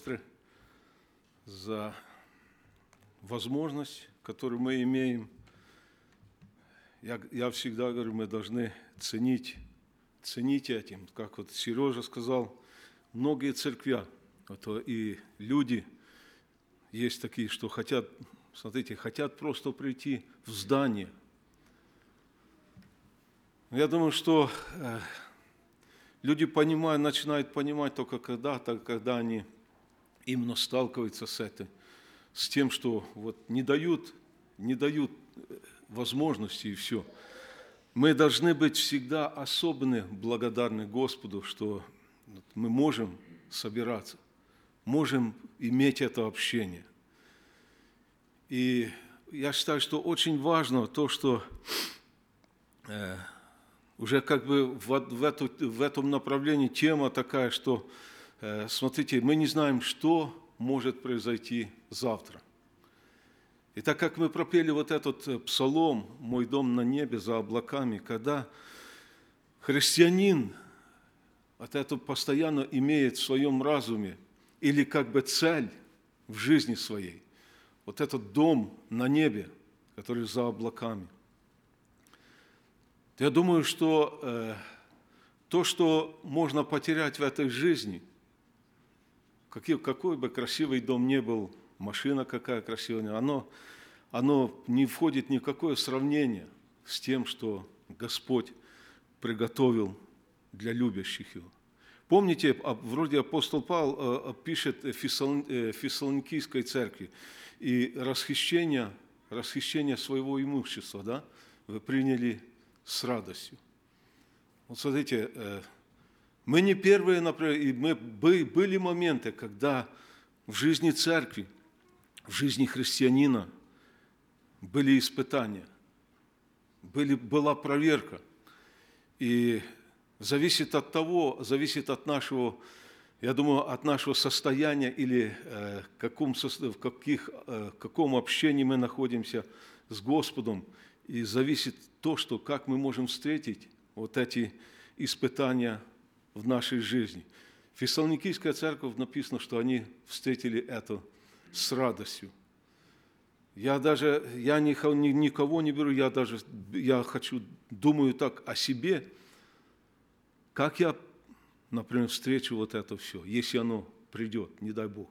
сестры, за возможность, которую мы имеем. Я всегда говорю, мы должны ценить этим. Как вот Сережа сказал, многие церкви, и люди есть такие, что хотят просто прийти в здание. Я думаю, что люди начинают понимать только когда они именно сталкиваются с тем, что вот не дают возможности и все. Мы должны быть всегда особенно благодарны Господу, что мы можем собираться, можем иметь это общение. И я считаю, что очень важно то, что уже как бы в этом направлении тема такая, что, смотрите, мы не знаем, что может произойти завтра. И так как мы пропели вот этот псалом «Мой дом на небе за облаками», когда христианин от этого постоянно имеет в своем разуме или как бы цель в жизни своей, вот этот дом на небе, который за облаками, я думаю, что то, что можно потерять в этой жизни, какой бы красивый дом ни был, машина какая красивая, оно не входит ни в какое сравнение с тем, что Господь приготовил для любящих Его. Помните, вроде апостол Павел пишет Фессалоникийской церкви, и расхищение своего имущества, да, вы приняли с радостью. Вот смотрите, мы не первые, например, и были моменты, когда в жизни церкви, в жизни христианина были испытания, была проверка. И зависит от нашего, я думаю, от нашего состояния или в каком общении мы находимся с Господом. И зависит то, что как мы можем встретить вот эти испытания в нашей жизни. Фессалоникийская церковь написано, что они встретили это с радостью. Я никого не беру, думаю так о себе, как я, например, встречу вот это все, если оно придет, не дай Бог.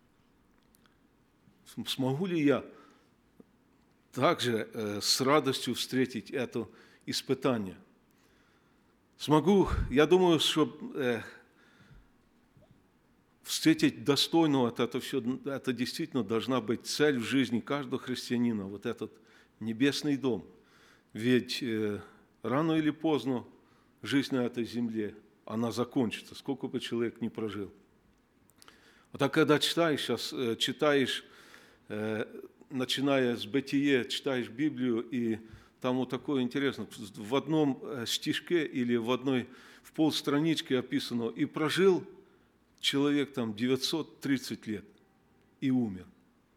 Смогу ли я также с радостью встретить это испытание? Смогу, я думаю, что встретить достойно это все, это действительно должна быть цель в жизни каждого христианина, вот этот небесный дом. Ведь рано или поздно жизнь на этой земле, она закончится, сколько бы человек ни прожил. Вот так, когда читаешь, начиная с Бытие, читаешь Библию, и там вот такое интересно, в одном стишке или в полстранички описано, и прожил человек там 930 лет и умер.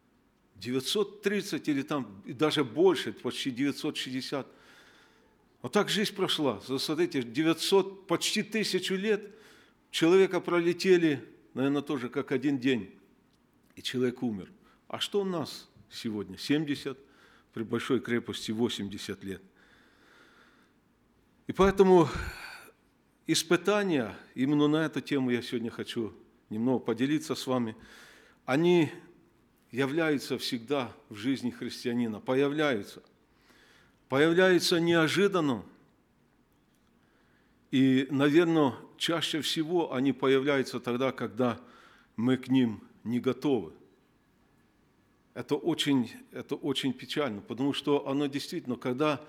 930 или там и даже больше, почти 960. Вот так жизнь прошла. Смотрите, 900, почти 1000 лет человека пролетели, наверное, тоже как один день, и человек умер. А что у нас сегодня? 70, при большой крепости 80 лет. И поэтому испытания, именно на эту тему я сегодня хочу немного поделиться с вами, они являются всегда в жизни христианина, появляются неожиданно, и, наверное, чаще всего они появляются тогда, когда мы к ним не готовы. Это очень печально, потому что оно действительно, когда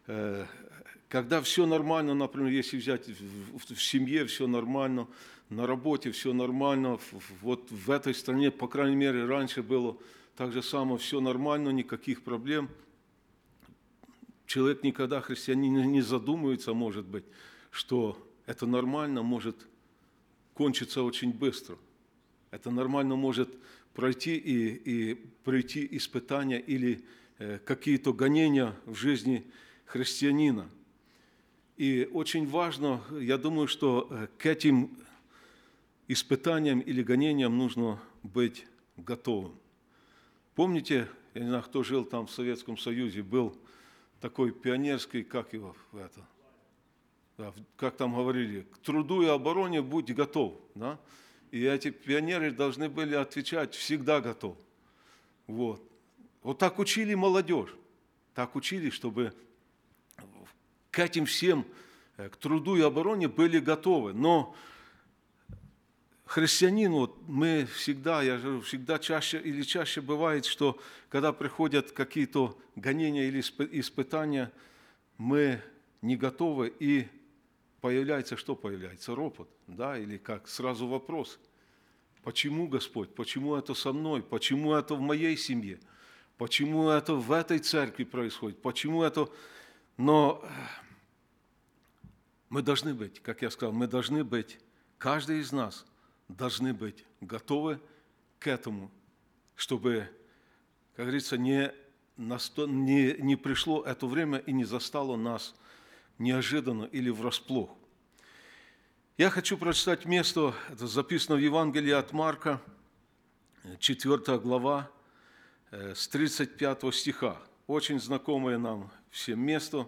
все нормально, например, если взять в семье все нормально, на работе все нормально, вот в этой стране, по крайней мере, раньше было так же самое, все нормально, никаких проблем. Человек никогда, христианин, не задумывается, может быть, что это нормально может кончиться очень быстро. Это нормально может пройти и пройти испытания или какие-то гонения в жизни христианина. И очень важно, я думаю, что к этим испытаниям или гонениям нужно быть готовым. Помните, я не знаю, кто жил там в Советском Союзе, был такой пионерский, как его, как там говорили, к труду и обороне будь готов. Да? И эти пионеры должны были отвечать «всегда готов». Вот так учили молодежь, так учили, чтобы к этим всем, к труду и обороне были готовы. Но христианин, мы всегда, я говорю, всегда чаще бывает, что когда приходят какие-то гонения или испытания, мы не готовы, и появляется, что появляется? Ропот, да, или как? Сразу вопрос. Почему, Господь? Почему это со мной? Почему это в моей семье? Почему это в этой церкви происходит? Почему это... Но мы должны быть, как я сказал, мы должны быть, каждый из нас должны быть готовы к этому, чтобы, как говорится, не пришло это время и не застало нас неожиданно или врасплох. Я хочу прочитать место, это записано в Евангелии от Марка, 4 глава, с 35 стиха. Очень знакомое нам всем место.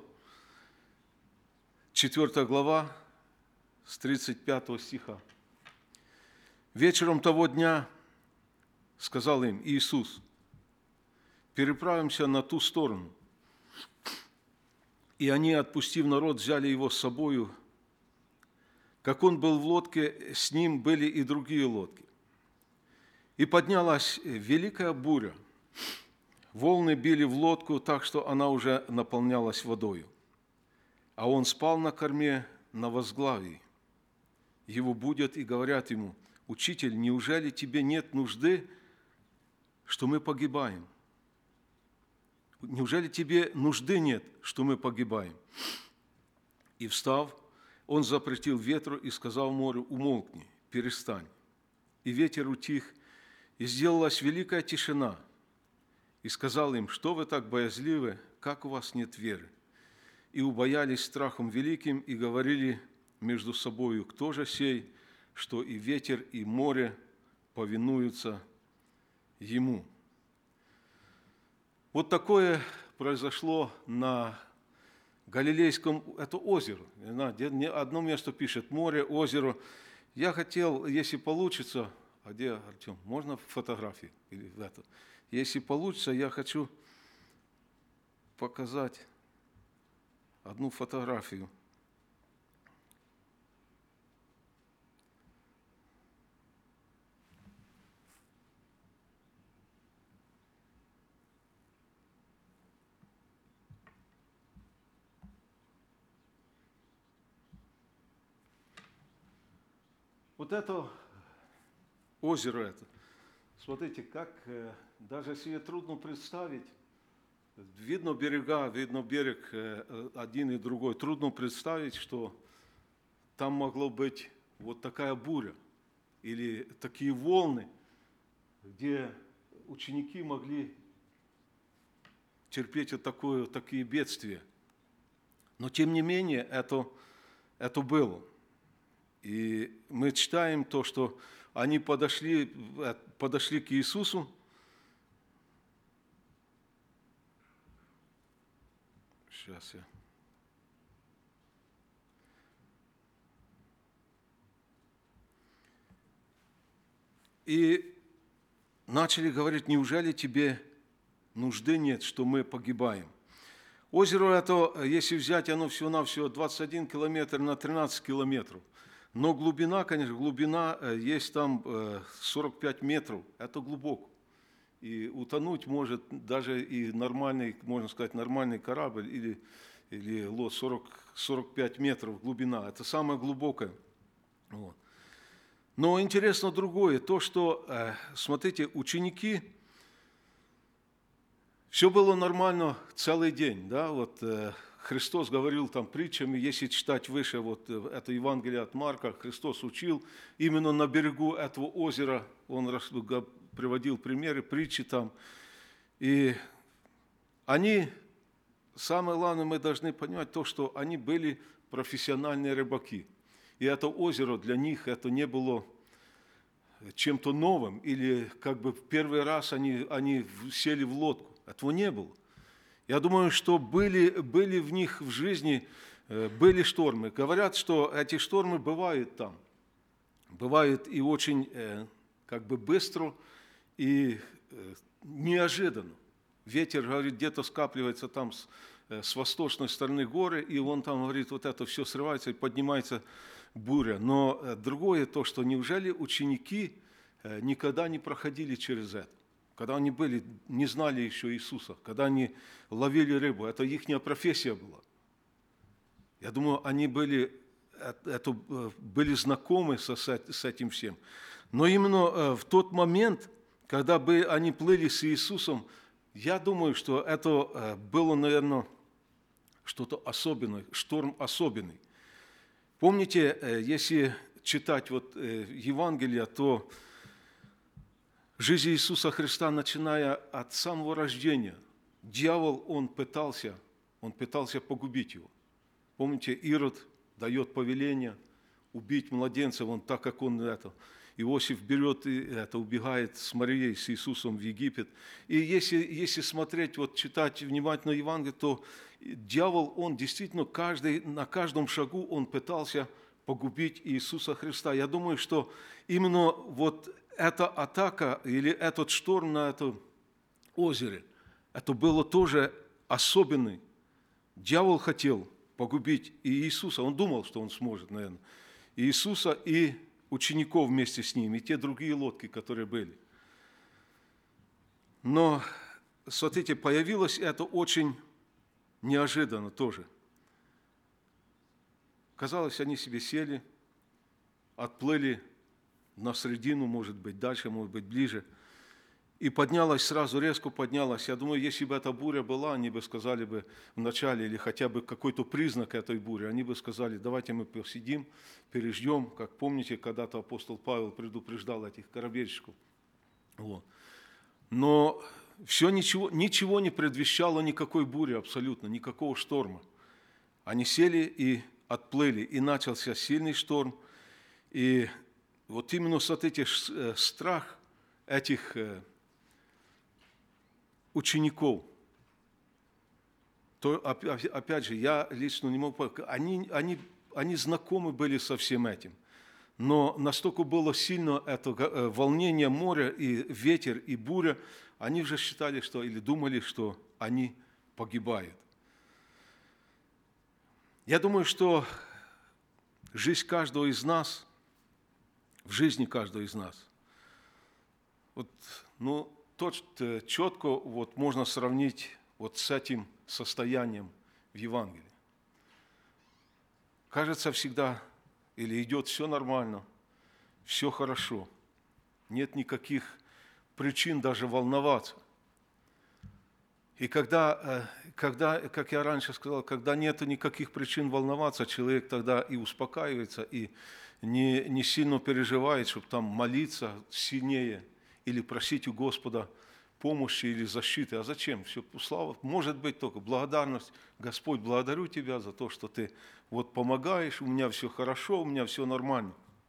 4 глава, с 35 стиха. «Вечером того дня, — сказал им Иисус, — переправимся на ту сторону. И они, отпустив народ, взяли его с собою. Как он был в лодке, с ним были и другие лодки. И поднялась великая буря. Волны били в лодку так, что она уже наполнялась водою. А он спал на корме на возглавии. Его будят и говорят ему: «Учитель, неужели тебе нет нужды, что мы погибаем? Неужели тебе нужды нет, что мы погибаем?» И встав, он запретил ветру и сказал морю: «Умолкни, перестань». И ветер утих, и сделалась великая тишина. И сказал им: «Что вы так боязливы, как у вас нет веры?» И убоялись страхом великим, и говорили между собою: «Кто же сей, что и ветер, и море повинуются ему?» Вот такое произошло на Галилейском, это озеро. Одно место пишет море, озеро. Я хотел, если получится, а где Артем? Можно фотографии? Или это? Если получится, я хочу показать одну фотографию. Вот это озеро это. Смотрите, как даже себе трудно представить. Видно берега, видно берег один и другой. Трудно представить, что там могло быть вот такая буря или такие волны, где ученики могли терпеть такие бедствия. Но тем не менее это было. И мы читаем то, что они подошли к Иисусу. Сейчас я. И начали говорить: «Неужели тебе нужды нет, что мы погибаем?» Озеро это, если взять, оно всего-навсего 21 километр на 13 километров. Но глубина, конечно, есть там 45 метров. Это глубоко. И утонуть может даже и нормальный, можно сказать, нормальный корабль или лодь 45 метров глубина. Это самое глубокое. Вот. Но интересно другое, то, что, смотрите, ученики, все было нормально целый день. Да? Вот, Христос говорил там притчами, если читать выше, вот это Евангелие от Марка, Христос учил именно на берегу этого озера, он приводил примеры, притчи там. И они, самое главное, мы должны понимать то, что они были профессиональные рыбаки. И это озеро для них, это не было чем-то новым, или как бы в первый раз они сели в лодку. Этого не было. Я думаю, что были в них в жизни, были штормы. Говорят, что эти штормы бывают там. Бывают и очень как бы быстро, и неожиданно. Ветер, говорит, где-то скапливается там с восточной стороны горы, и он там, говорит, вот это все срывается и поднимается буря. Но другое то, что неужели ученики никогда не проходили через это? Когда они не знали еще Иисуса, когда они ловили рыбу, это их профессия была. Я думаю, они были знакомы с этим всем. Но именно в тот момент, когда бы они плыли с Иисусом, я думаю, что это было, наверное, что-то особенное, шторм особенный. Помните, если читать вот Евангелие, то жизнь Иисуса Христа, начиная от самого рождения, дьявол, он пытался погубить его. Помните, Ирод дает повеление убить младенца, так как он Иосиф берет и убегает с Марией, с Иисусом в Египет. И если смотреть, читать внимательно Евангелие, то дьявол, он действительно на каждом шагу он пытался погубить Иисуса Христа. Я думаю, что именно эта атака или этот шторм на этом озере, это было тоже особенный. Дьявол хотел погубить и Иисуса. Он думал, что он сможет, наверное, и Иисуса, и учеников вместе с ним, и те другие лодки, которые были. Но, смотрите, появилось это очень неожиданно тоже. Казалось, они себе сели, отплыли на середину, может быть, дальше, может быть, ближе. И поднялась сразу, резко поднялась. Я думаю, если бы эта буря была, они бы сказали бы вначале, или хотя бы какой-то признак этой бури, они бы сказали, давайте мы посидим, переждем. Как помните, когда-то апостол Павел предупреждал этих корабельщиков. Но все ничего не предвещало никакой бури абсолютно, никакого шторма. Они сели и отплыли, и начался сильный шторм. И вот именно страх этих учеников, то, опять же, я лично не могу понять, они знакомы были со всем этим, но настолько было сильно это волнение моря, и ветер, и буря, они уже считали, или думали, что они погибают. Я думаю, что жизнь каждого из нас, в жизни каждого из нас, четко можно сравнить с этим состоянием в Евангелии. Кажется, всегда или идет все нормально, все хорошо, нет никаких причин даже волноваться. И когда, как я раньше сказал, когда нет никаких причин волноваться, человек тогда и успокаивается, и не сильно переживает, чтобы там молиться сильнее или просить у Господа помощи или защиты. А зачем? Все, слава, может быть только благодарность. Господь, благодарю Тебя за то, что Ты помогаешь, у меня все хорошо, у меня все нормально.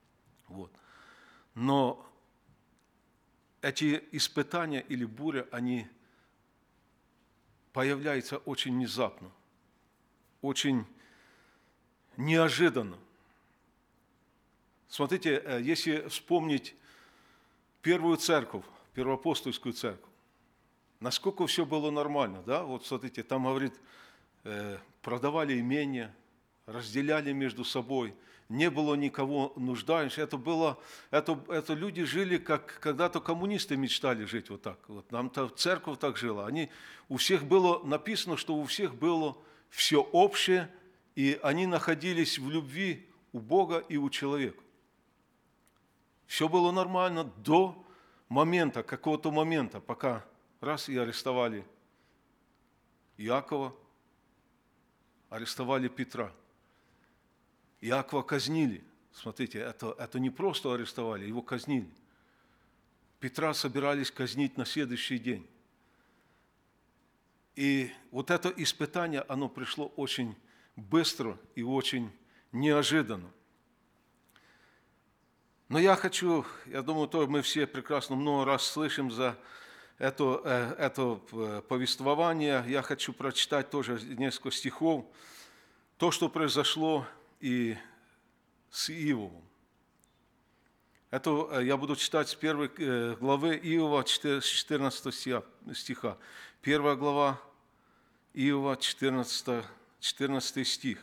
Но эти испытания или буря, они появляются очень внезапно, очень неожиданно. Смотрите, если вспомнить первую церковь, первоапостольскую церковь, насколько все было нормально, да? Смотрите, там, говорит, продавали имения, разделяли между собой, не было никого нуждающихся. Это люди жили, как когда-то коммунисты мечтали жить так. Нам-то церковь так жила. У всех было написано, что у всех было все общее, и они находились в любви у Бога и у человека. Все было нормально до какого-то момента, пока раз и арестовали Иакова, арестовали Петра. Иакова казнили. Смотрите, это не просто арестовали, его казнили. Петра собирались казнить на следующий день. И это испытание, оно пришло очень быстро и очень неожиданно. Но я думаю, то мы все прекрасно много раз слышим за это повествование. Я хочу прочитать тоже несколько стихов. То, что произошло и с Иовом. Это я буду читать с 1 главы Иова, с 14 стиха. 1 глава Иова, 14 стих.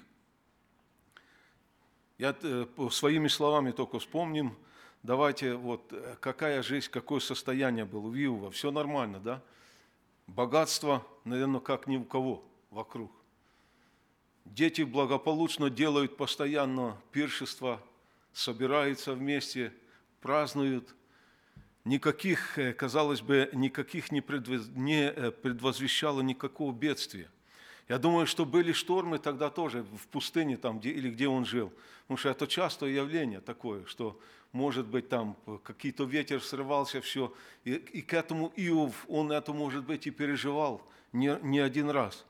Я своими словами только вспомним. Давайте, какая жизнь, какое состояние было у Иова. Все нормально, да? Богатство, наверное, как ни у кого вокруг. Дети благополучно делают постоянно пиршества, собираются вместе, празднуют. Никаких, казалось бы, не предвозвещало никакого бедствия. Я думаю, что были штормы тогда тоже в пустыне там, или где он жил. Потому что это частое явление такое, что, может быть, там какой-то ветер срывался, все. И к этому Иов, он это, может быть, и переживал не один раз.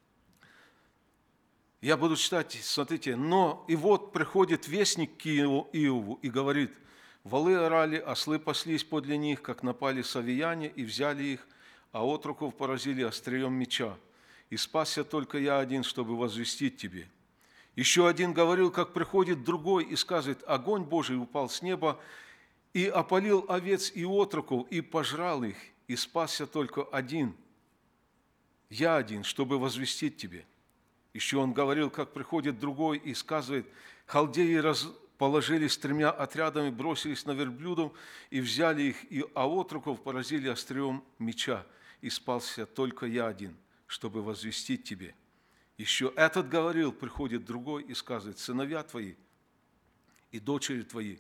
Я буду читать, смотрите. «Но и вот приходит вестник к Иову и говорит: волы орали, ослы паслись подле них, как напали савияне, и взяли их, а отроков поразили острием меча. И спасся только я один, чтобы возвестить тебе. Еще один говорил, как приходит другой и сказывает: огонь Божий упал с неба и опалил овец и отроков, и пожрал их, и спасся только один, я один, чтобы возвестить тебе. Еще он говорил, как приходит другой и сказывает: халдеи положились 3 отрядами, бросились на верблюдов и взяли их, а отроков поразили острием меча, и спасся только я один, чтобы возвестить тебе. Еще этот говорил, приходит другой и сказывает: сыновья твои и дочери твои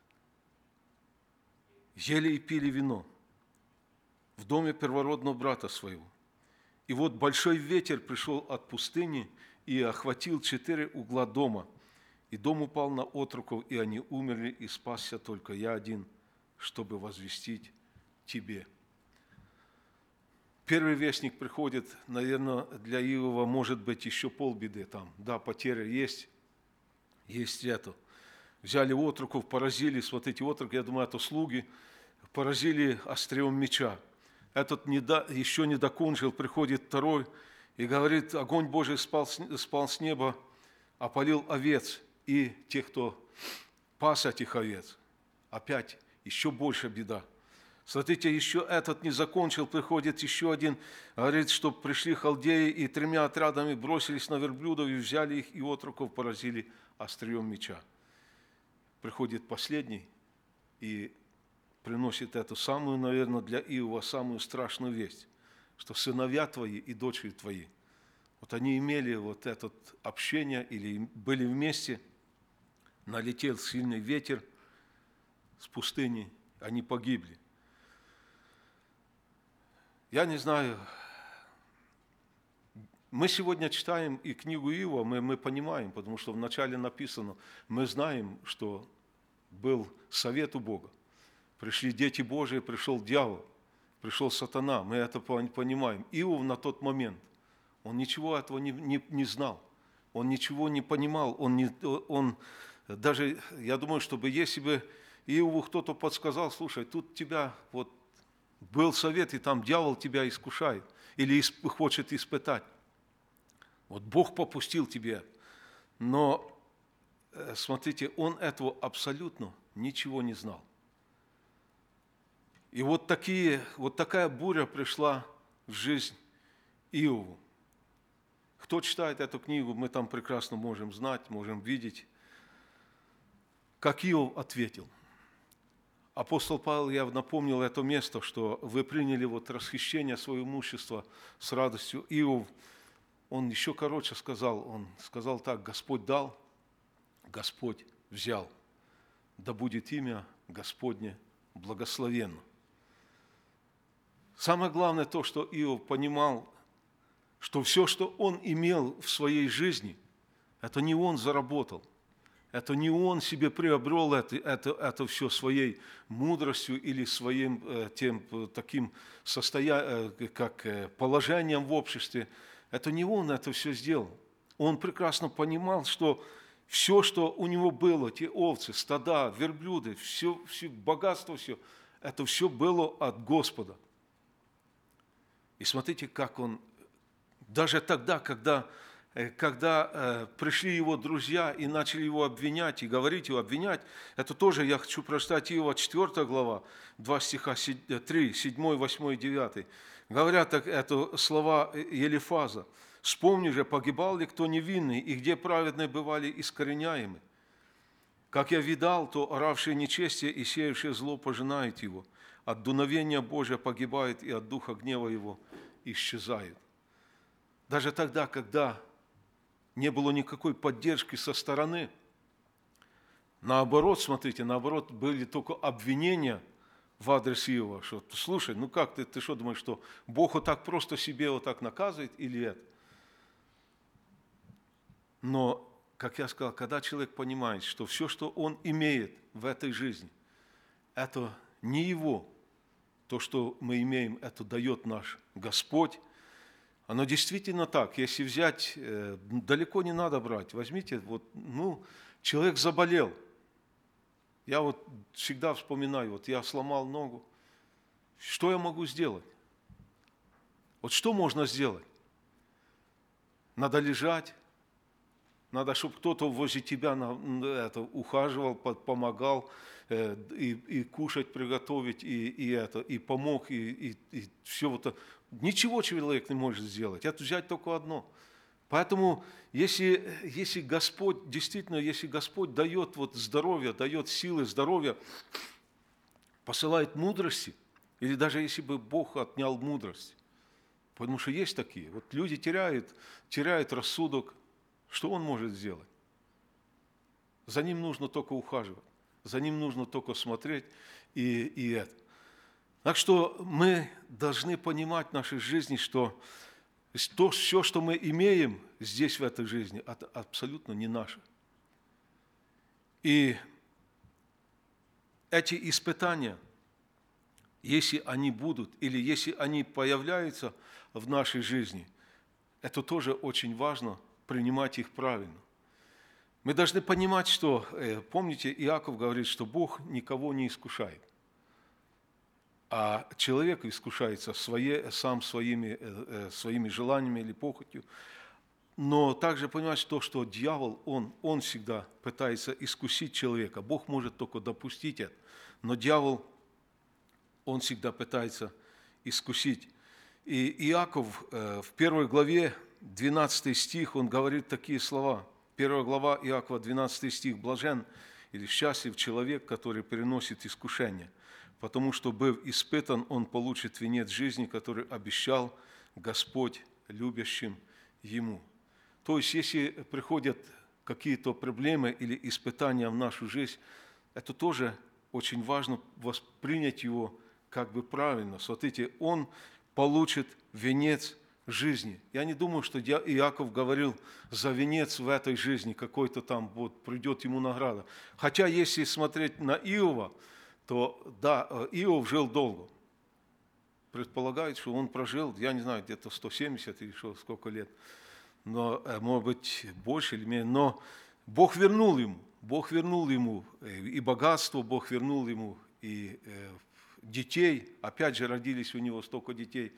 ели и пили вино в доме первородного брата своего. И вот большой ветер пришел от пустыни и охватил 4 угла дома, и дом упал на отроков, и они умерли, и спасся только я один, чтобы возвестить тебе». Первый вестник приходит, наверное, для Иова может быть еще полбеды там. Да, потеря есть это. Взяли отроков, поразили, эти отроки, я думаю, это слуги, поразили острием меча. Этот еще не докончил, приходит второй и говорит: огонь Божий спал с неба, опалил овец и тех, кто пас этих овец. Опять еще больше беда. Смотрите, еще этот не закончил, приходит еще один, говорит, что пришли халдеи и 3 отрядами бросились на верблюдов и взяли их, и отроков поразили острием меча. Приходит последний и приносит эту самую, наверное, для Иова самую страшную весть, что сыновья твои и дочери твои, они имели это общение или были вместе, налетел сильный ветер с пустыни, они погибли. Я не знаю, мы сегодня читаем и книгу Иова, мы понимаем, потому что вначале написано, мы знаем, что был совет у Бога. Пришли дети Божии, пришел дьявол, пришел сатана, мы это понимаем. Иов на тот момент, он ничего этого не знал, он ничего не понимал, он даже, я думаю, если бы Иову кто-то подсказал: слушай, тут тебя был совет, и там дьявол тебя искушает или хочет испытать. Бог попустил тебе. Но, смотрите, он этого абсолютно ничего не знал. И такая буря пришла в жизнь Иову. Кто читает эту книгу, мы там прекрасно можем знать, можем видеть, как Иов ответил. Апостол Павел, я напомнил это место, что вы приняли расхищение своего имущества с радостью. Иов, он еще короче сказал, он сказал так: Господь дал, Господь взял, да будет имя Господне благословенно. Самое главное то, что Иов понимал, что все, что он имел в своей жизни, это не он заработал. Это не он себе приобрел это все своей мудростью или своим таким как положением в обществе. Это не он это все сделал. Он прекрасно понимал, что Все, что у него было, те овцы, стада, верблюды, все богатство, все, это все было от Господа. И смотрите, как он, даже тогда, когда пришли его друзья и начали его обвинять, и говорить его, обвинять, это тоже я хочу прочитать Иова 4 глава, 2 стиха 3, 7, 8 и 9. Говорят это слова Елифаза. «Вспомни же, погибал ли кто невинный, и где праведные бывали искореняемы? Как я видал, то оравшие нечестие и сеявшие зло пожинают его. От дуновения Божия погибает, и от духа гнева его исчезают». Даже тогда, когда не было никакой поддержки со стороны, наоборот, смотрите, наоборот, были только обвинения в адрес Иова, что слушай, ну как ты что думаешь, что Бог вот так просто себе вот так наказывает или это? Но, как я сказал, когда человек понимает, что все, что он имеет в этой жизни, это не его, то, что мы имеем, это дает наш Господь. Оно действительно так. Если взять, далеко не надо брать. Возьмите, человек заболел. Я вот всегда вспоминаю, я сломал ногу. Что я могу сделать? Вот что можно сделать? Надо лежать. Надо, чтобы кто-то возле тебя ухаживал, помогал, и кушать приготовить, и помог, и все вот это. Ничего человек не может сделать. Это взять только одно. Поэтому, если Господь, действительно, если Господь дает здоровье, дает силы, здоровье, посылает мудрости, или даже если бы Бог отнял мудрость, потому что есть такие, люди теряют рассудок, что он может сделать? За ним нужно только ухаживать, за ним нужно только смотреть и это. Так что мы должны понимать в нашей жизни, что все, что мы имеем здесь, в этой жизни, это абсолютно не наше. И эти испытания, если они будут, или если они появляются в нашей жизни, это тоже очень важно принимать их правильно. Мы должны понимать, что, помните, Иаков говорит, что Бог никого не искушает, а человек искушается сам своими желаниями или похотью. Но также понимать то, что дьявол, он всегда пытается искусить человека. Бог может только допустить это, но дьявол, он всегда пытается искусить. И Иаков в 1 главе, 12 стих, он говорит такие слова. 1 глава Иакова, 12 стих. «Блажен или счастлив человек, который переносит искушение, потому что, быв испытан, он получит венец жизни, который обещал Господь любящим ему». То есть, если приходят какие-то проблемы или испытания в нашу жизнь, это тоже очень важно воспринять его как бы правильно. Смотрите, он получит венец жизни. Я не думаю, что Иаков говорил за венец в этой жизни, какой-то там придет ему награда. Хотя, если смотреть на Иова, то да, Иов жил долго. Предполагают, что он прожил, я не знаю, где-то 170 или сколько лет, но, может быть, больше или меньше. Но Бог вернул ему и богатство, Бог вернул ему и детей. Опять же, родились у него столько детей.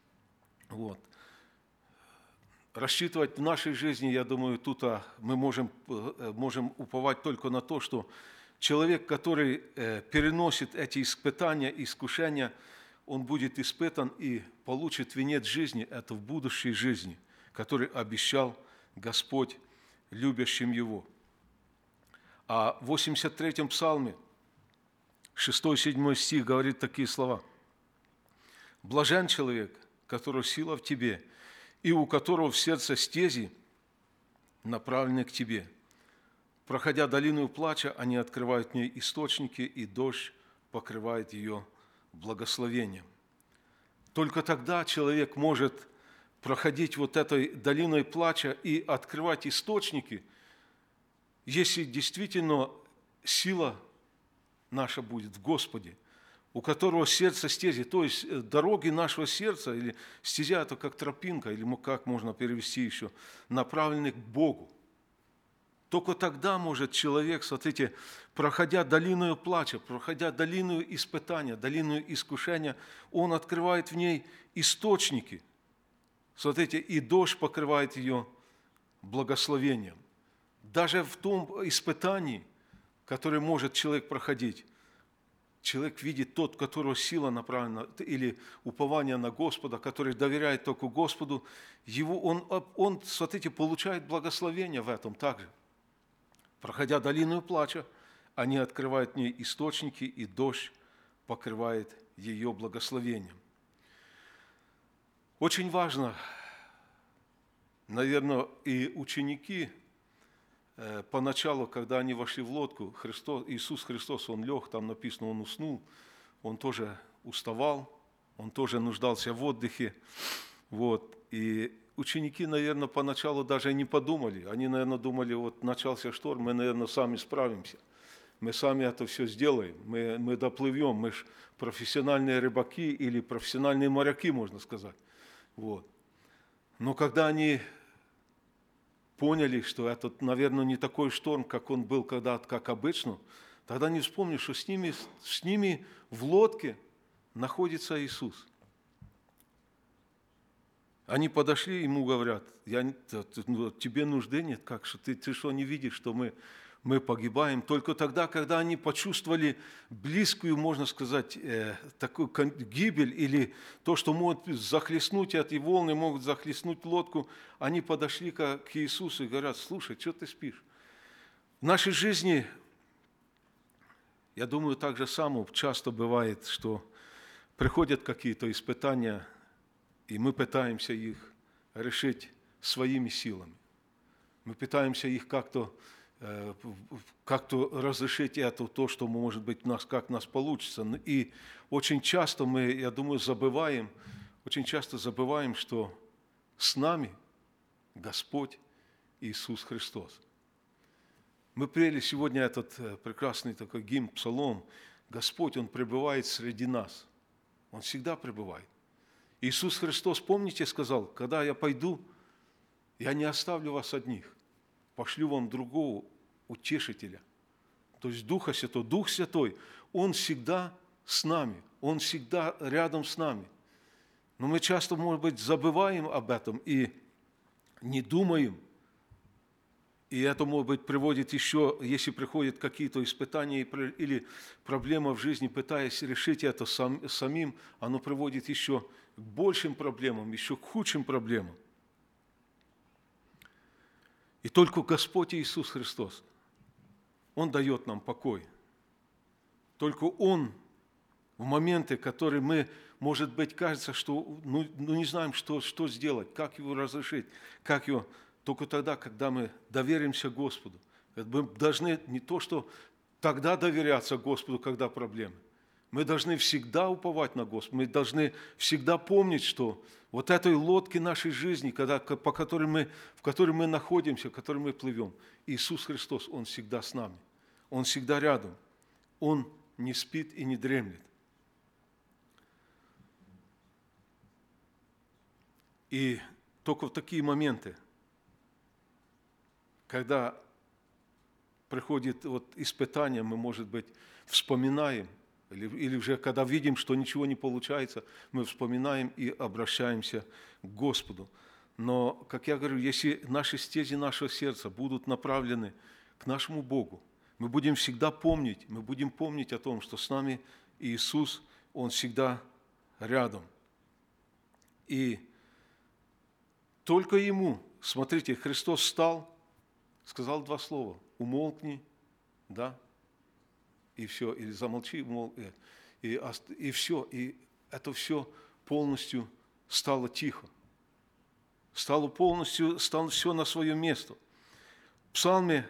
Рассчитывать в нашей жизни, я думаю, тут мы можем уповать только на то, что человек, который переносит эти испытания, искушения, он будет испытан и получит венец жизни, это в будущей жизни, который обещал Господь любящим Его. А в 83-м псалме, 6-7 стих, говорит такие слова. «Блажен человек, который сила в тебе, и у которого в сердце стези, направлены к тебе. Проходя долину плача, они открывают в ней источники, и дождь покрывает ее благословением». Только тогда человек может проходить этой долиной плача и открывать источники, если действительно сила наша будет в Господе, у которого сердце стези, то есть дороги нашего сердца, или стезя это как тропинка, или как можно перевести еще, направлены к Богу. Только тогда может человек, смотрите, проходя долину плача, проходя долину испытания, долину искушения, он открывает в ней источники. Смотрите, и дождь покрывает ее благословением. Даже в том испытании, которое может человек проходить, человек видит тот, у которого сила направлена, или упование на Господа, который доверяет только Господу, он, смотрите, получает благословение в этом также. Проходя долину плача, они открывают в ней источники, и дождь покрывает ее благословением. Очень важно, наверное, и ученики поначалу, когда они вошли в лодку, Иисус Христос, Он лег, там написано, Он уснул, Он тоже уставал, Он тоже нуждался в отдыхе. Вот. И ученики, наверное, поначалу даже не подумали. Они, наверное, думали, вот начался шторм, мы, наверное, сами справимся. Мы сами это все сделаем, мы доплывем, мы же профессиональные рыбаки или профессиональные моряки, можно сказать. Вот. Но когда они поняли, что это, наверное, не такой шторм, как он был когда-то, как обычно, тогда они вспомнили, что с ними в лодке находится Иисус. Они подошли, ему говорят, тебе нужды нет, как что ты что, не видишь, что мы погибаем? Только тогда, когда они почувствовали близкую, можно сказать, такую гибель, или то, что может захлестнуть, эти волны могут захлестнуть лодку, они подошли к Иисусу и говорят, слушай, что ты спишь? В нашей жизни, я думаю, так же само часто бывает, что приходят какие-то испытания, и мы пытаемся их решить своими силами. Мы пытаемся их как-то разрешить это, то, что, может быть, как у нас получится. И очень часто мы, я думаю, забываем, что с нами Господь Иисус Христос. Мы пели сегодня этот прекрасный такой гимн, псалом. Господь, Он пребывает среди нас. Он всегда пребывает. Иисус Христос, помните, сказал, когда я пойду, я не оставлю вас одних, пошлю вам другого утешителя. То есть Духа Святого. Дух Святой, Он всегда с нами, Он всегда рядом с нами. Но мы часто, может быть, забываем об этом и не думаем. И это, может быть, приводит еще, если приходят какие-то испытания или проблемы в жизни, пытаясь решить это самим, оно приводит еще к большим проблемам, еще к худшим проблемам. И только Господь Иисус Христос, Он дает нам покой. Только Он в моменты, которые мы, может быть, кажется, что не знаем, что сделать, как его разрешить, как его... Только тогда, когда мы доверимся Господу. Мы должны не то, что тогда доверяться Господу, когда проблемы. Мы должны всегда уповать на Господа. Мы должны всегда помнить, что вот этой лодке нашей жизни, в которой мы находимся, в которой мы плывем, Иисус Христос, Он всегда с нами. Он всегда рядом. Он не спит и не дремлет. И только в такие моменты, когда приходит испытание, мы, может быть, вспоминаем, или уже когда видим, что ничего не получается, мы вспоминаем и обращаемся к Господу. Но, как я говорю, если наши стези нашего сердца будут направлены к нашему Богу, мы будем всегда помнить, о том, что с нами Иисус, Он всегда рядом. И только Ему, смотрите, Христос встал, сказал 2 слова: умолкни, да, и все, или замолчи, и все, и это все полностью стало тихо. Стало все на свое место. В Псалме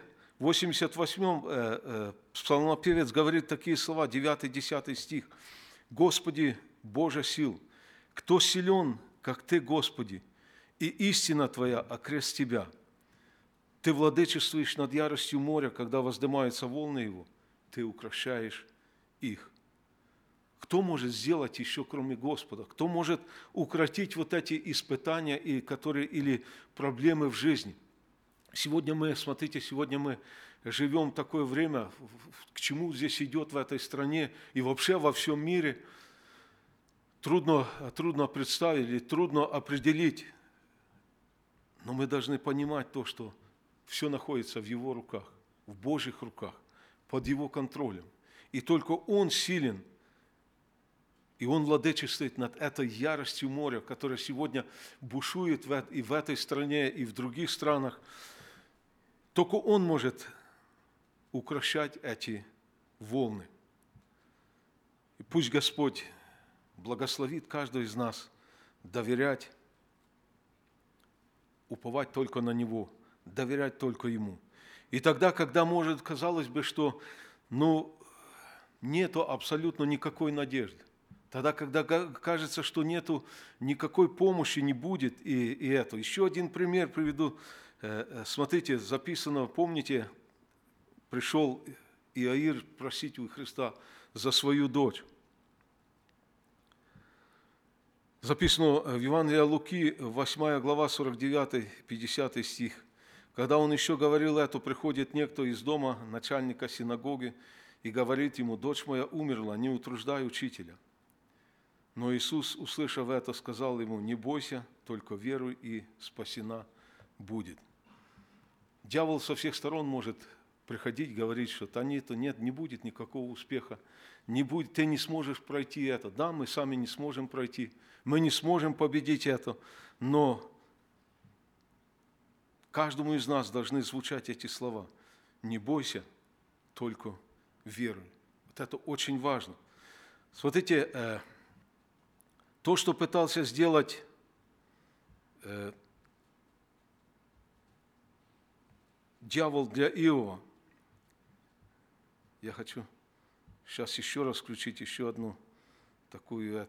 88 псалмопевец говорит такие слова, 9-10 стих: «Господи, Боже сил, кто силен, как Ты, Господи, и истина Твоя окрест Тебя. Ты владычествуешь над яростью моря, когда воздымаются волны его, Ты укрощаешь их». Кто может сделать еще, кроме Господа? Кто может укротить вот эти испытания или проблемы в жизни? Сегодня мы, смотрите, сегодня мы живем в такое время, к чему здесь идет в этой стране и вообще во всем мире. Трудно представить или трудно определить, но мы должны понимать то, что все находится в Его руках, в Божьих руках, под Его контролем. И только Он силен, и Он владычествует над этой яростью моря, которая сегодня бушует и в этой стране, и в других странах. Только Он может укрощать эти волны. И пусть Господь благословит каждого из нас доверять, уповать только на Него, доверять только Ему. И тогда, когда, может, казалось бы, что нету абсолютно никакой надежды, тогда, когда кажется, что нету никакой помощи, не будет и это. Еще один пример приведу. Смотрите, записано, помните, пришел Иаир просить у Христа за свою дочь. Записано в Евангелии Луки, 8 глава, 49-50 стих. Когда он еще говорил это, приходит некто из дома начальника синагоги и говорит ему: «Дочь моя умерла, не утруждай учителя». Но Иисус, услышав это, сказал ему: «Не бойся, только веруй, и спасена будет». Дьявол со всех сторон может приходить, говорить, что нет, не будет никакого успеха, не будет, ты не сможешь пройти это. Да, мы сами не сможем пройти, мы не сможем победить это, но каждому из нас должны звучать эти слова: «Не бойся, только веруй». Вот это очень важно. Смотрите, то, что пытался сделать дьявол для Иова, я хочу сейчас еще раз включить еще одну такую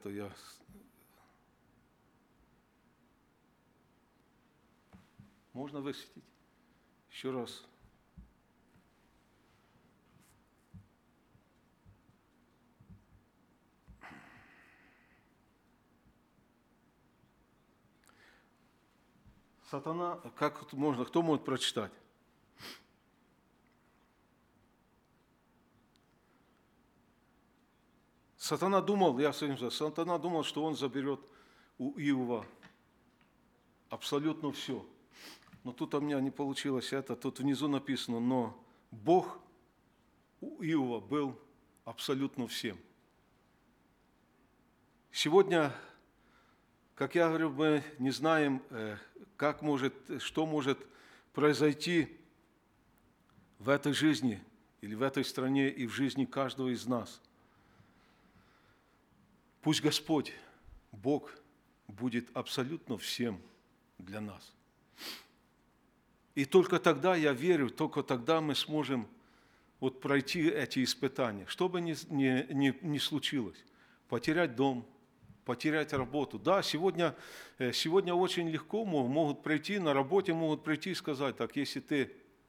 Можно высветить? Еще раз. Сатана, как можно, кто может прочитать? Сатана думал, Сатана думал, что он заберет у Иова абсолютно все. Но тут у меня не получилось это, тут внизу написано: но Бог у Иова был абсолютно всем. Сегодня, как я говорю, мы не знаем, что может произойти в этой жизни или в этой стране и в жизни каждого из нас. Пусть Господь, Бог, будет абсолютно всем для нас. И только тогда, я верю, только тогда мы сможем пройти эти испытания. Что бы ни случилось, потерять дом, потерять работу. Да, сегодня очень легко могут прийти, на работе могут прийти и сказать: так, если ты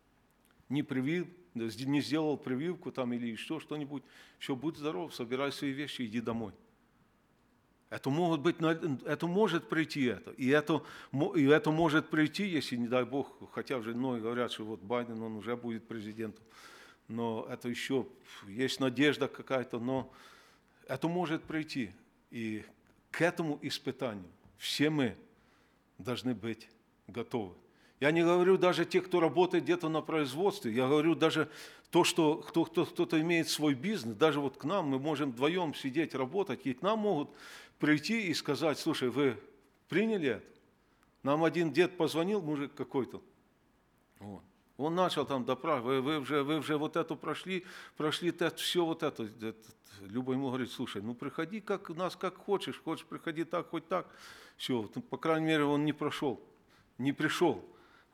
не сделал прививку там, или еще что-нибудь, все, будь здоров, собирай свои вещи, иди домой. Это может прийти и это может прийти, если, не дай Бог, хотя уже многие говорят, что вот Байден, он уже будет президентом, но это еще есть надежда какая-то, но это может прийти. И к этому испытанию все мы должны быть готовы. Я не говорю даже те, кто работает где-то на производстве, я говорю даже то, что кто-то имеет свой бизнес, даже вот к нам, мы можем вдвоем сидеть, работать, и к нам могут прийти и сказать: слушай, вы приняли это? Нам один дед позвонил, мужик какой-то, он начал там допрашивать: вы уже вот это прошли все вот это. Люба ему говорит: слушай, приходи как хочешь приходи так, хоть так. Все, по крайней мере, он не пришел.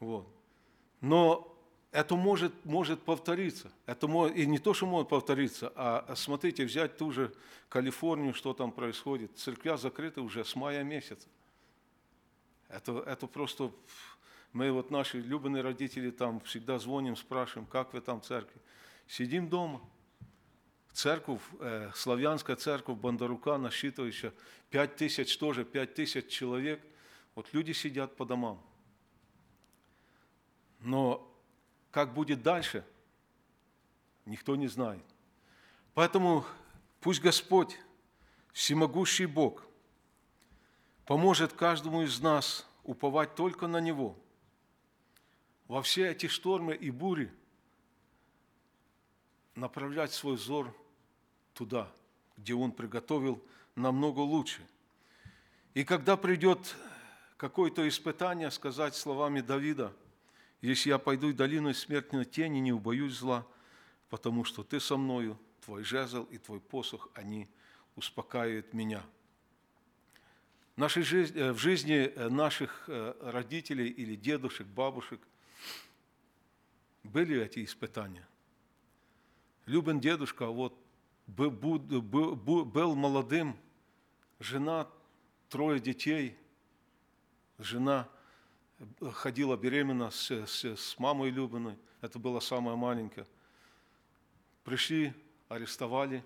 Но это может повториться. И не то, что может повториться, а смотрите, взять ту же Калифорнию, что там происходит. Церквя закрыта уже с мая месяца. Это просто... Мы наши любимые родители там всегда звоним, спрашиваем: как вы там в церкви? Сидим дома. Церковь, славянская церковь Бондарука, насчитывающая 5000 человек. Люди сидят по домам. Но как будет дальше, никто не знает. Поэтому пусть Господь, всемогущий Бог, поможет каждому из нас уповать только на Него. Во все эти штормы и бури направлять свой взор туда, где Он приготовил намного лучше. И когда придет какое-то испытание, сказать словами Давида: «Если я пойду в долину смертной тени, не убоюсь зла, потому что Ты со мною, Твой жезл и Твой посох, они успокаивают меня». В жизни наших родителей или дедушек, бабушек были эти испытания. Любен дедушка был молодым, жена, 3 детей, жена ходила беременна с мамой Любиной, это была самая маленькая. Пришли, арестовали,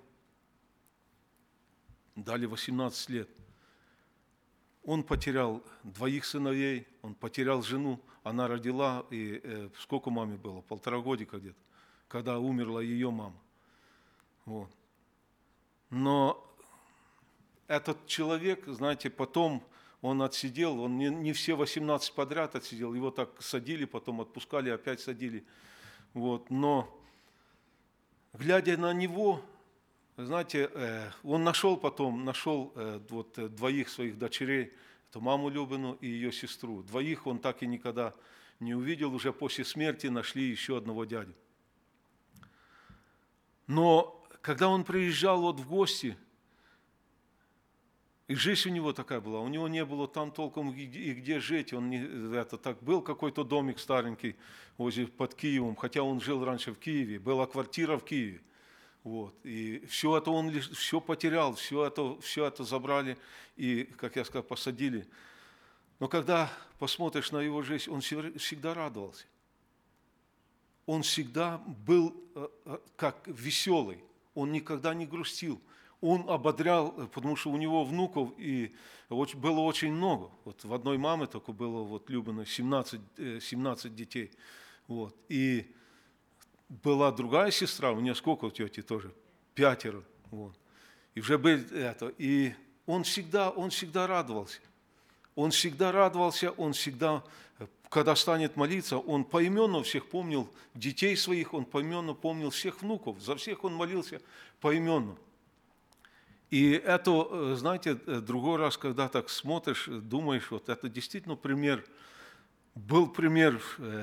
дали 18 лет. Он потерял 2 сыновей, он потерял жену, она родила, и сколько маме было? 1,5 годика где-то, когда умерла ее мама. Вот. Но этот человек, знаете, потом он отсидел, он не все 18 подряд отсидел, его так садили, потом отпускали, опять садили. Вот. Но, глядя на него, знаете, он нашел 2 своих дочерей, это маму Любину и ее сестру. 2 он так и никогда не увидел, уже после смерти нашли еще одного дядю. Но когда он приезжал в гости, и жизнь у него такая была, у него не было там толком и где жить, был какой-то домик старенький под Киевом, хотя он жил раньше в Киеве, была квартира в Киеве. Вот. И все это он все потерял, все это забрали и, как я сказал, посадили. Но когда посмотришь на его жизнь, он всегда радовался. Он всегда был как веселый, он никогда не грустил. Он ободрял, потому что у него внуков и было очень много. Вот в одной маме только было Любиной 17 детей. Вот. И была другая сестра, у нее сколько у тети тоже? 5. Вот. И уже были это. И он всегда радовался. Он всегда, когда станет молиться, он поименно всех помнил детей своих, он поименно помнил всех внуков, за всех он молился поименно. И это, знаете, другой раз, когда так смотришь, думаешь, это действительно был пример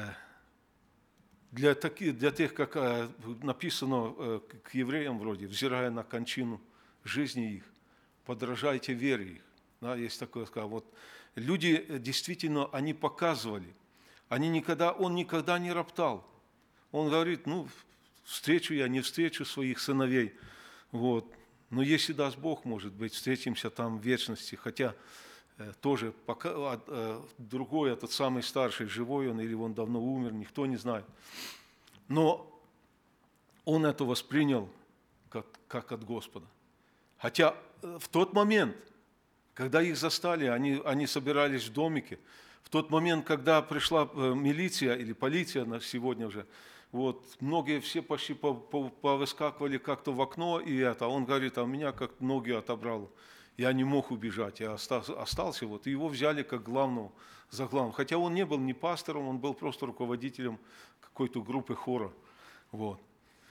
для тех, как написано к евреям вроде, взирая на кончину жизни их, подражайте вере их. Да, есть такое, люди действительно, они показывали, он никогда не роптал. Он говорит, встречу я, не встречу своих сыновей, вот. Но если даст Бог, может быть, встретимся там в вечности, хотя тоже другой, этот самый старший, живой он или он давно умер, никто не знает. Но он это воспринял как от Господа. Хотя в тот момент, когда их застали, они собирались в домике, в тот момент, когда пришла милиция или полиция на сегодня уже, многие все почти повыскакивали как-то в окно, а он говорит, а меня как ноги отобрало. Я не мог убежать, я остался, и его взяли как главного, за главного. Хотя он не был ни пастором, он был просто руководителем какой-то группы хора. Вот.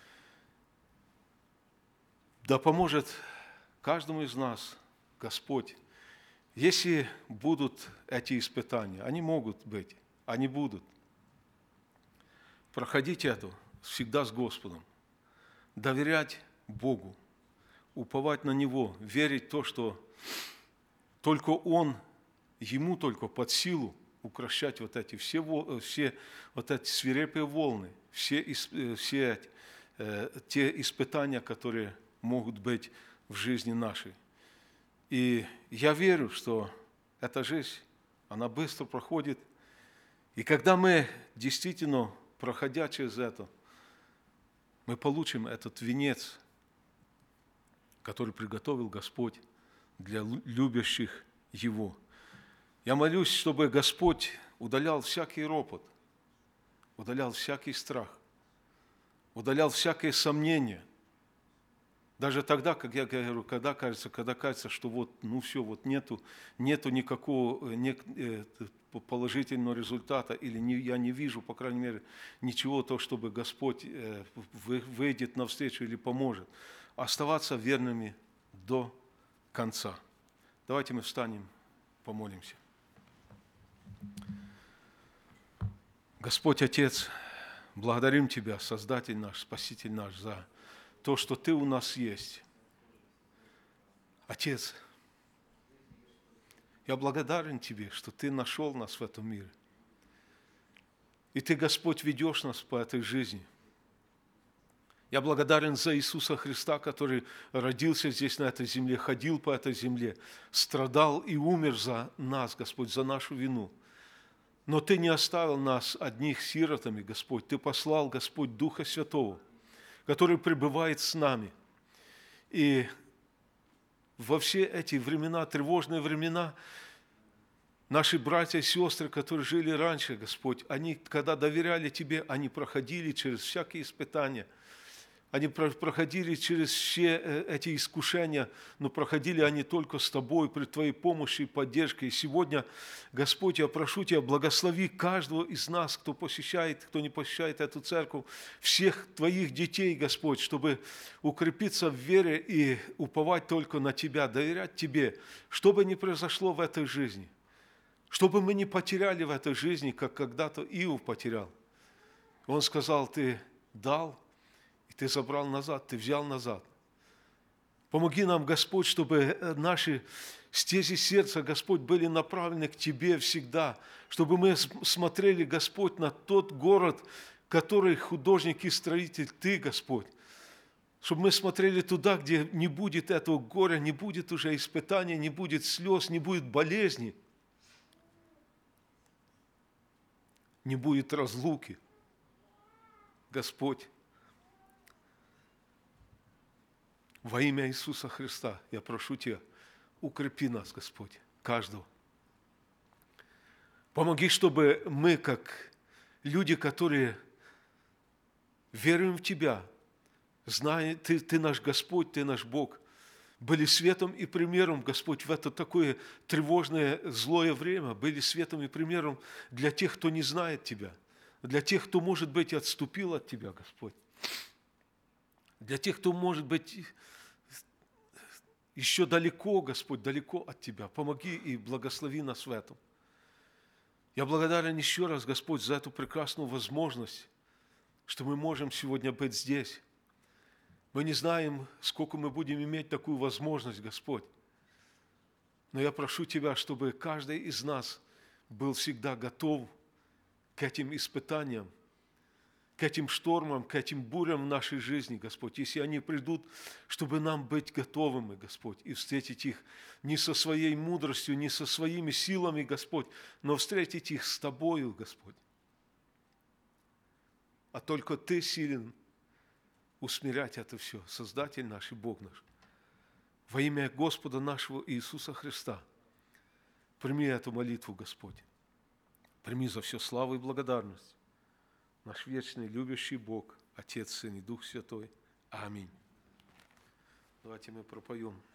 Да поможет каждому из нас Господь. Если будут эти испытания, они могут быть, они будут. Проходить это всегда с Господом, доверять Богу, уповать на Него, верить в то, что только Он, Ему только под силу укрощать эти свирепые волны, все те испытания, которые могут быть в жизни нашей. И я верю, что эта жизнь, она быстро проходит. И когда мы действительно, проходя через это, мы получим этот венец, который приготовил Господь для любящих Его. Я молюсь, чтобы Господь удалял всякий ропот, удалял всякий страх, удалял всякое сомнение. Даже тогда, как я говорю, когда кажется, что вот, ну все, вот нету никакого положительного результата, или я не вижу, по крайней мере, ничего, то, чтобы Господь выйдет навстречу или поможет. Оставаться верными до конца. Давайте мы встанем, помолимся. Господь Отец, благодарим Тебя, Создатель наш, Спаситель наш, за то, что Ты у нас есть. Отец, я благодарен Тебе, что Ты нашел нас в этом мире. И Ты, Господь, ведешь нас по этой жизни. Я благодарен за Иисуса Христа, который родился здесь, на этой земле, ходил по этой земле, страдал и умер за нас, Господь, за нашу вину. Но Ты не оставил нас одних сиротами, Господь. Ты послал, Господь, Духа Святого, который пребывает с нами. И во все эти времена, тревожные времена, наши братья и сестры, которые жили раньше, Господь, они, когда доверяли Тебе, они проходили через всякие испытания, они проходили через все эти искушения, но проходили они только с Тобой, при Твоей помощи и поддержке. И сегодня, Господь, я прошу Тебя, благослови каждого из нас, кто посещает, кто не посещает эту церковь, всех Твоих детей, Господь, чтобы укрепиться в вере и уповать только на Тебя, доверять Тебе, что бы ни произошло в этой жизни, чтобы мы не потеряли в этой жизни, как когда-то Иов потерял. Он сказал: Ты дал, Ты забрал назад, Ты взял назад. Помоги нам, Господь, чтобы наши стези сердца, Господь, были направлены к Тебе всегда, чтобы мы смотрели, Господь, на тот город, который художник и строитель Ты, Господь. Чтобы мы смотрели туда, где не будет этого горя, не будет уже испытания, не будет слез, не будет болезни, не будет разлуки. Господь, во имя Иисуса Христа я прошу Тебя, укрепи нас, Господь, каждого. Помоги, чтобы мы, как люди, которые веруем в Тебя, зная, Ты наш Господь, Ты наш Бог, были светом и примером, Господь, в это такое тревожное, злое время, были светом и примером для тех, кто не знает Тебя, для тех, кто, может быть, отступил от Тебя, Господь, для тех, кто, может быть, еще далеко, Господь, далеко от Тебя. Помоги и благослови нас в этом. Я благодарен еще раз, Господь, за эту прекрасную возможность, что мы можем сегодня быть здесь. Мы не знаем, сколько мы будем иметь такую возможность, Господь. Но я прошу Тебя, чтобы каждый из нас был всегда готов к этим испытаниям, к этим штормам, к этим бурям в нашей жизни, Господь. Если они придут, чтобы нам быть готовыми, Господь, и встретить их не со своей мудростью, не со своими силами, Господь, но встретить их с Тобою, Господь. А только Ты силен усмирять это все, Создатель наш и Бог наш. Во имя Господа нашего Иисуса Христа прими эту молитву, Господь. Прими за все славу и благодарность. Наш вечный, любящий Бог, Отец, Сын и Дух Святой. Аминь. Давайте мы пропоем.